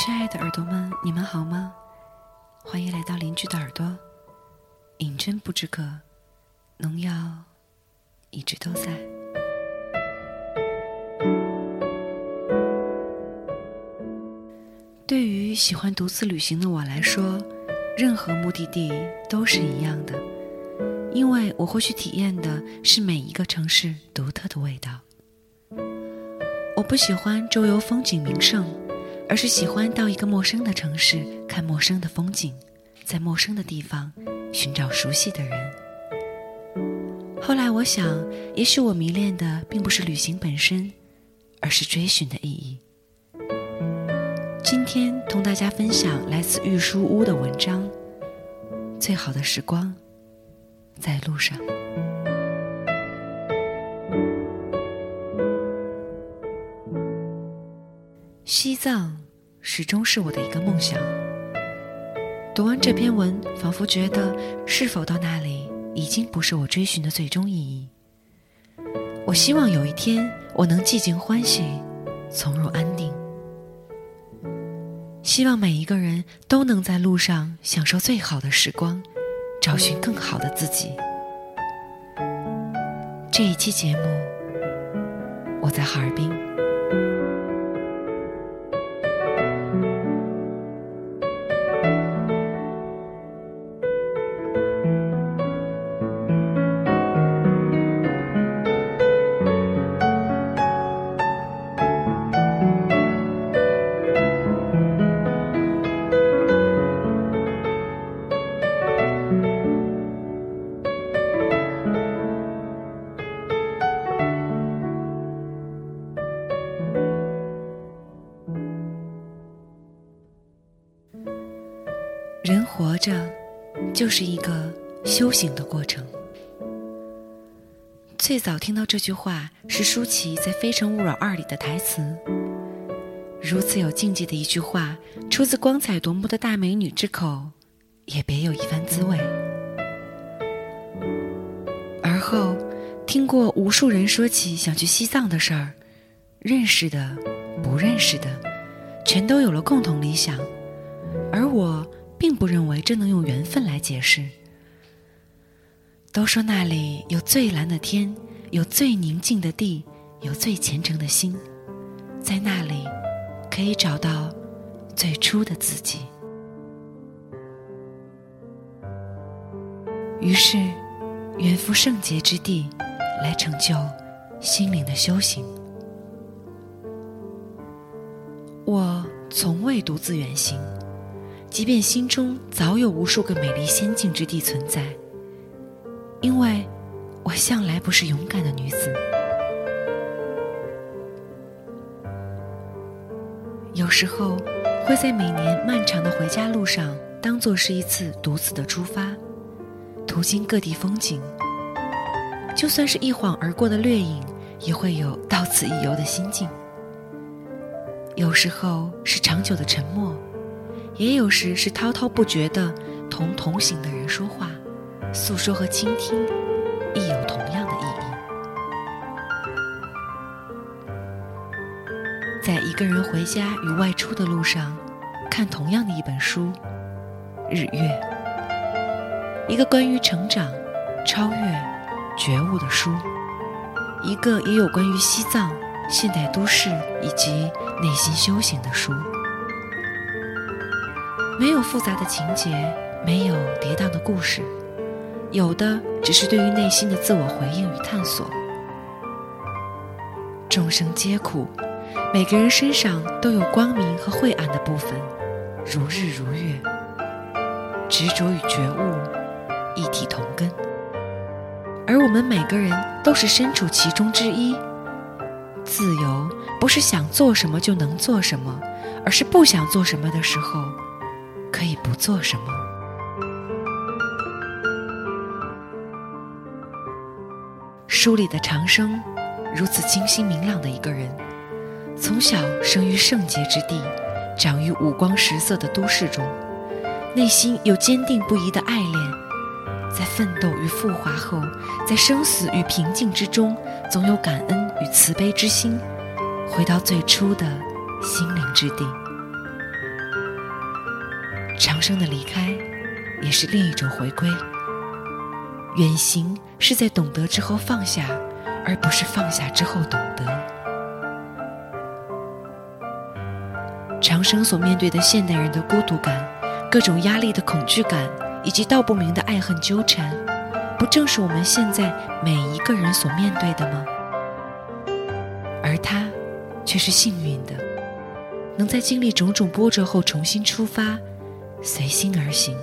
亲爱的耳朵们，你们好吗？欢迎来到邻居的耳朵，饮鸩不知渴，农药一直都在。对于喜欢独自旅行的我来说，任何目的地都是一样的，因为我会去体验的是每一个城市独特的味道。我不喜欢周游风景名胜，而是喜欢到一个陌生的城市看陌生的风景，在陌生的地方寻找熟悉的人。后来我想，也许我迷恋的并不是旅行本身，而是追寻的意义。今天同大家分享来自玉书屋的文章，最好的时光在路上。西藏始终是我的一个梦想。读完这篇文，仿佛觉得是否到那里已经不是我追寻的最终意义。我希望有一天我能寂静欢喜，从容安定。希望每一个人都能在路上享受最好的时光，找寻更好的自己。这一期节目，我在哈尔滨。人活着就是一个修行的过程。最早听到这句话是舒淇在《非诚勿扰2》里的台词。如此有境界的一句话，出自光彩夺目的大美女之口，也别有一番滋味。而后听过无数人说起想去西藏的事儿，认识的不认识的全都有了共同理想，而我并不认为这能用缘分来解释。都说那里有最蓝的天，有最宁静的地，有最虔诚的心，在那里可以找到最初的自己。于是远赴圣洁之地，来成就心灵的修行。我从未独自远行，即便心中早有无数个美丽仙境之地存在，因为我向来不是勇敢的女子。有时候会在每年漫长的回家路上当作是一次独自的出发，途经各地风景，就算是一晃而过的掠影，也会有到此一游的心境。有时候是长久的沉默，也有时是滔滔不绝地同行的人说话，诉说和倾听亦有同样的意义。在一个人回家与外出的路上，看同样的一本书《日月》，一个关于成长、超越、觉悟的书，一个也有关于西藏、现代都市以及内心修行的书。没有复杂的情节，没有跌宕的故事，有的只是对于内心的自我回应与探索。众生皆苦，每个人身上都有光明和晦暗的部分，如日如月。执着与觉悟一体同根，而我们每个人都是身处其中之一。自由不是想做什么就能做什么，而是不想做什么的时候可以不做什么。书里的长生如此清新明朗的一个人，从小生于圣洁之地，长于五光十色的都市中，内心有坚定不移的爱恋，在奋斗与富华后，在生死与平静之中，总有感恩与慈悲之心，回到最初的心灵之地。 生的离开也是另一种回归。远行是在懂得之后放下，而不是放下之后懂得。长生所面对的现代人的孤独感，各种压力的恐惧感，以及道不明的爱恨纠缠，不正是我们现在每一个人所面对的吗？而他却是幸运的，能在经历种种波折后重新出发，随心而行。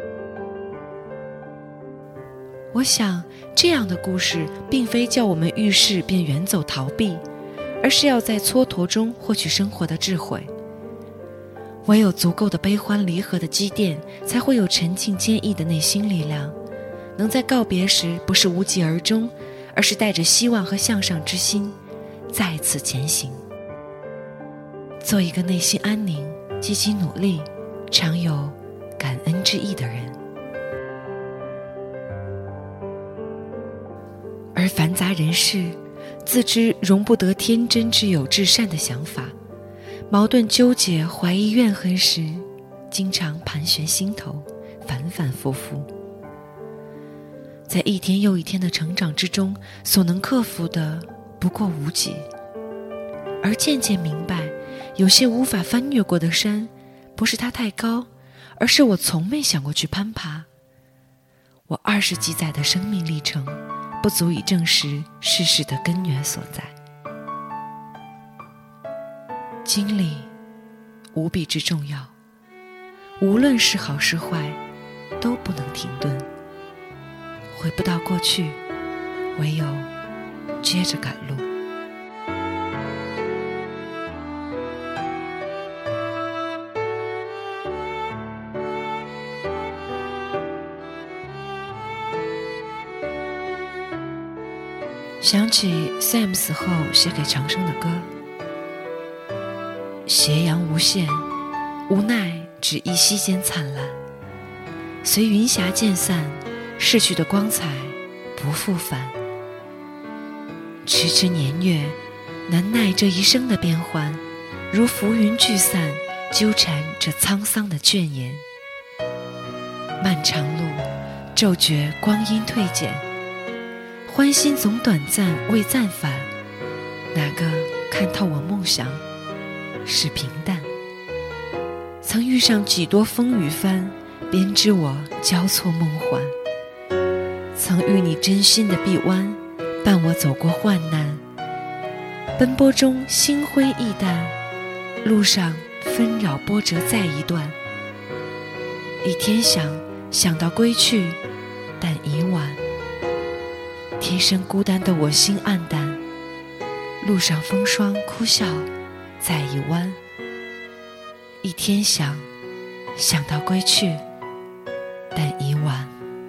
我想这样的故事并非叫我们遇事便远走逃避，而是要在蹉跎中获取生活的智慧。唯有足够的悲欢离合的积淀，才会有沉静坚毅的内心力量，能在告别时不是无疾而终，而是带着希望和向上之心再次前行。做一个内心安宁、积极努力、常有感恩之意的人。而繁杂人世，自知容不得天真之友至善的想法，矛盾纠结、怀疑怨恨时，经常盘旋心头，反反复复。在一天又一天的成长之中，所能克服的不过无几。而渐渐明白，有些无法翻越过的山，不是它太高，而是我从没想过去攀爬。我20几载的生命历程，不足以证实世事的根源所在。经历无比之重要，无论是好是坏，都不能停顿。回不到过去，唯有接着赶路。想起 Sam 死后写给长生的歌，斜阳无限，无奈只依稀间灿烂，随云霞渐散，逝去的光彩不复返。迟迟年月，难耐这一生的变幻，如浮云聚散，纠缠着沧桑的眷言。漫长路，骤觉光阴褪减，欢欣总短暂未暂返，哪个看透我梦想是平淡。曾遇上几多风雨帆，编织我交错梦幻。曾遇你真心的臂弯，伴我走过患难。奔波中心灰意淡，路上纷扰波折再一段。一天想到归去，但已晚。天生孤单的我心黯淡，路上风霜哭笑再一弯。一天想到归去，但已晚。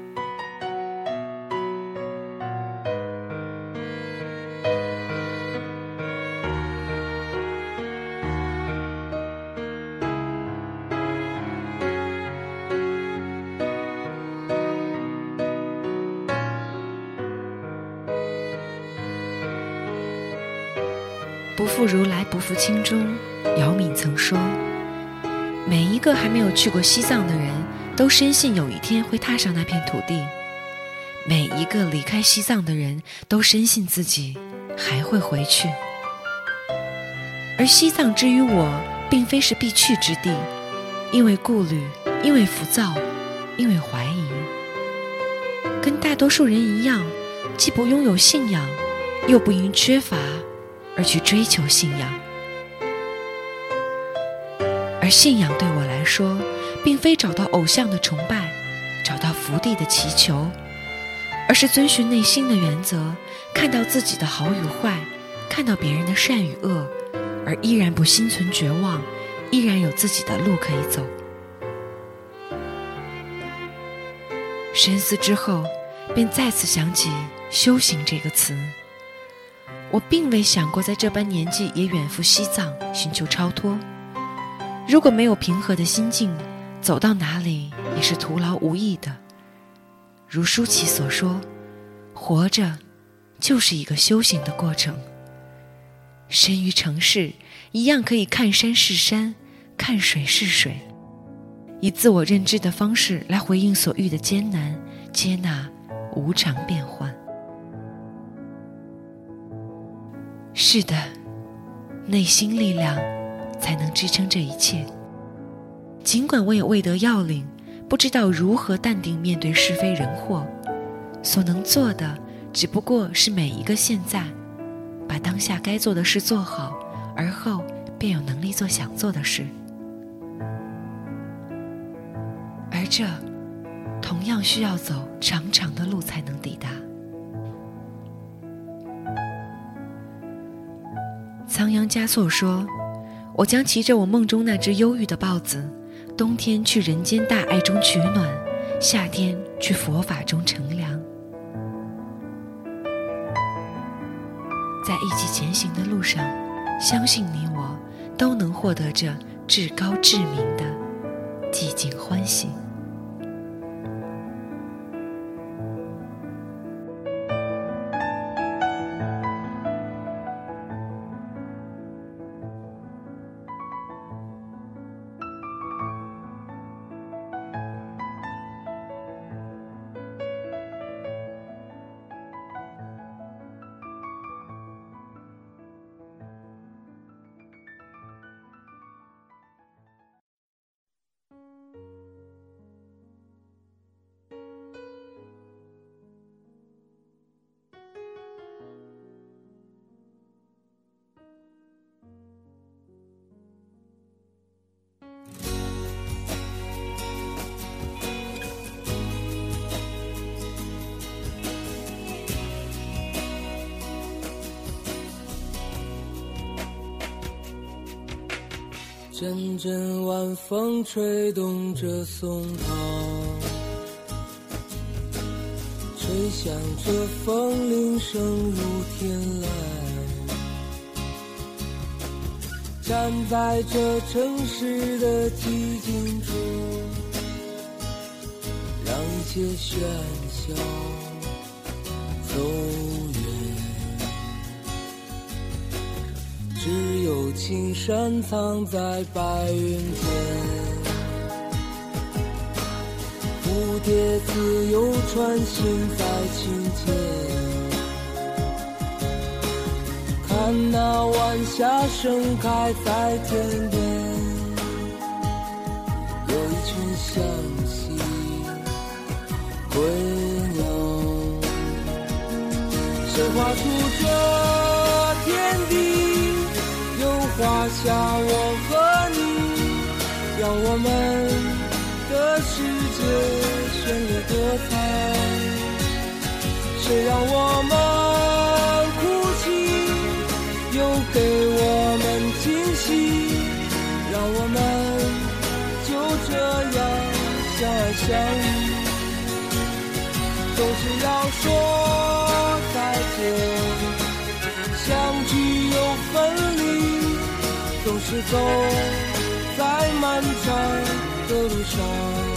不负如来不负卿中，姚敏曾说，每一个还没有去过西藏的人都深信有一天会踏上那片土地，每一个离开西藏的人都深信自己还会回去。而西藏之于我并非是必去之地，因为顾虑，因为浮躁，因为怀疑。跟大多数人一样，既不拥有信仰，又不因缺乏而去追求信仰。而信仰对我来说，并非找到偶像的崇拜，找到福地的祈求，而是遵循内心的原则，看到自己的好与坏，看到别人的善与恶，而依然不心存绝望，依然有自己的路可以走。深思之后，便再次想起修行这个词。我并未想过在这般年纪也远赴西藏寻求超脱。如果没有平和的心境，走到哪里也是徒劳无益的。如舒淇所说，活着就是一个修行的过程。身于城市，一样可以看山是山，看水是水， 以自我认知的方式来回应所遇的艰难，接纳无常变幻。是的，内心力量才能支撑这一切。尽管我也未得要领，不知道如何淡定面对是非人祸，所能做的只不过是每一个现在，把当下该做的事做好，而后便有能力做想做的事。而这同样需要走长长的路才能抵达。仓央嘉措说，我将骑着我梦中那只忧郁的豹子，冬天去人间大爱中取暖，夏天去佛法中乘凉。在一起前行的路上，相信你我都能获得这至高至明的寂静欢喜。 阵阵晚风吹动着松涛，吹响着风铃声如天籁。站在这城市的寂静处，让一切喧嚣走远。只有青山藏在白云间，蝴蝶自由穿行在清间。看那晚霞盛开在天边，有一群向西归鸟。谁画出这天地，画下我和你，让我们的世界绚丽多彩。谁让我们哭泣，又给我们惊喜，让我们就这样相爱相依。总是要说再见，相聚又分离，总是走在漫长的路上。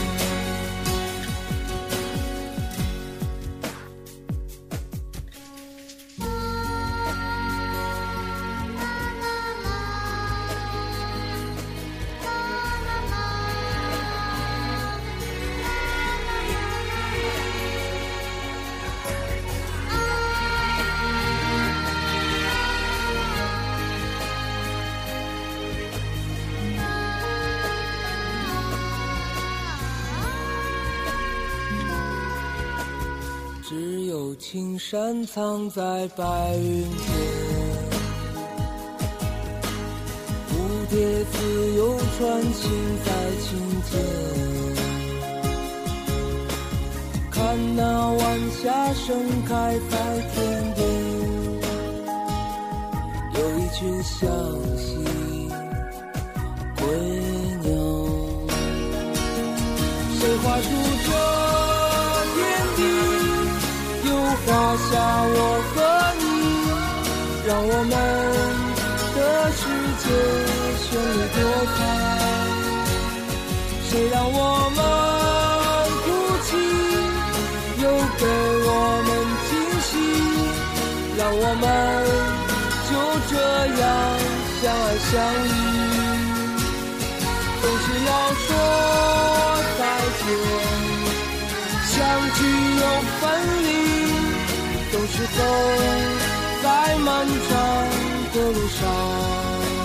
只有青山藏在白云间，蝴蝶自由穿行在清间。看那晚霞盛开在天边，有一群向西归鸟。谁画出这天地，画下我和你，让我们的世界绚丽多彩。谁让我们哭泣，又给我们惊喜，让我们就这样相爱相依。总是要说再见，相聚又分离，都是走在漫长的路上。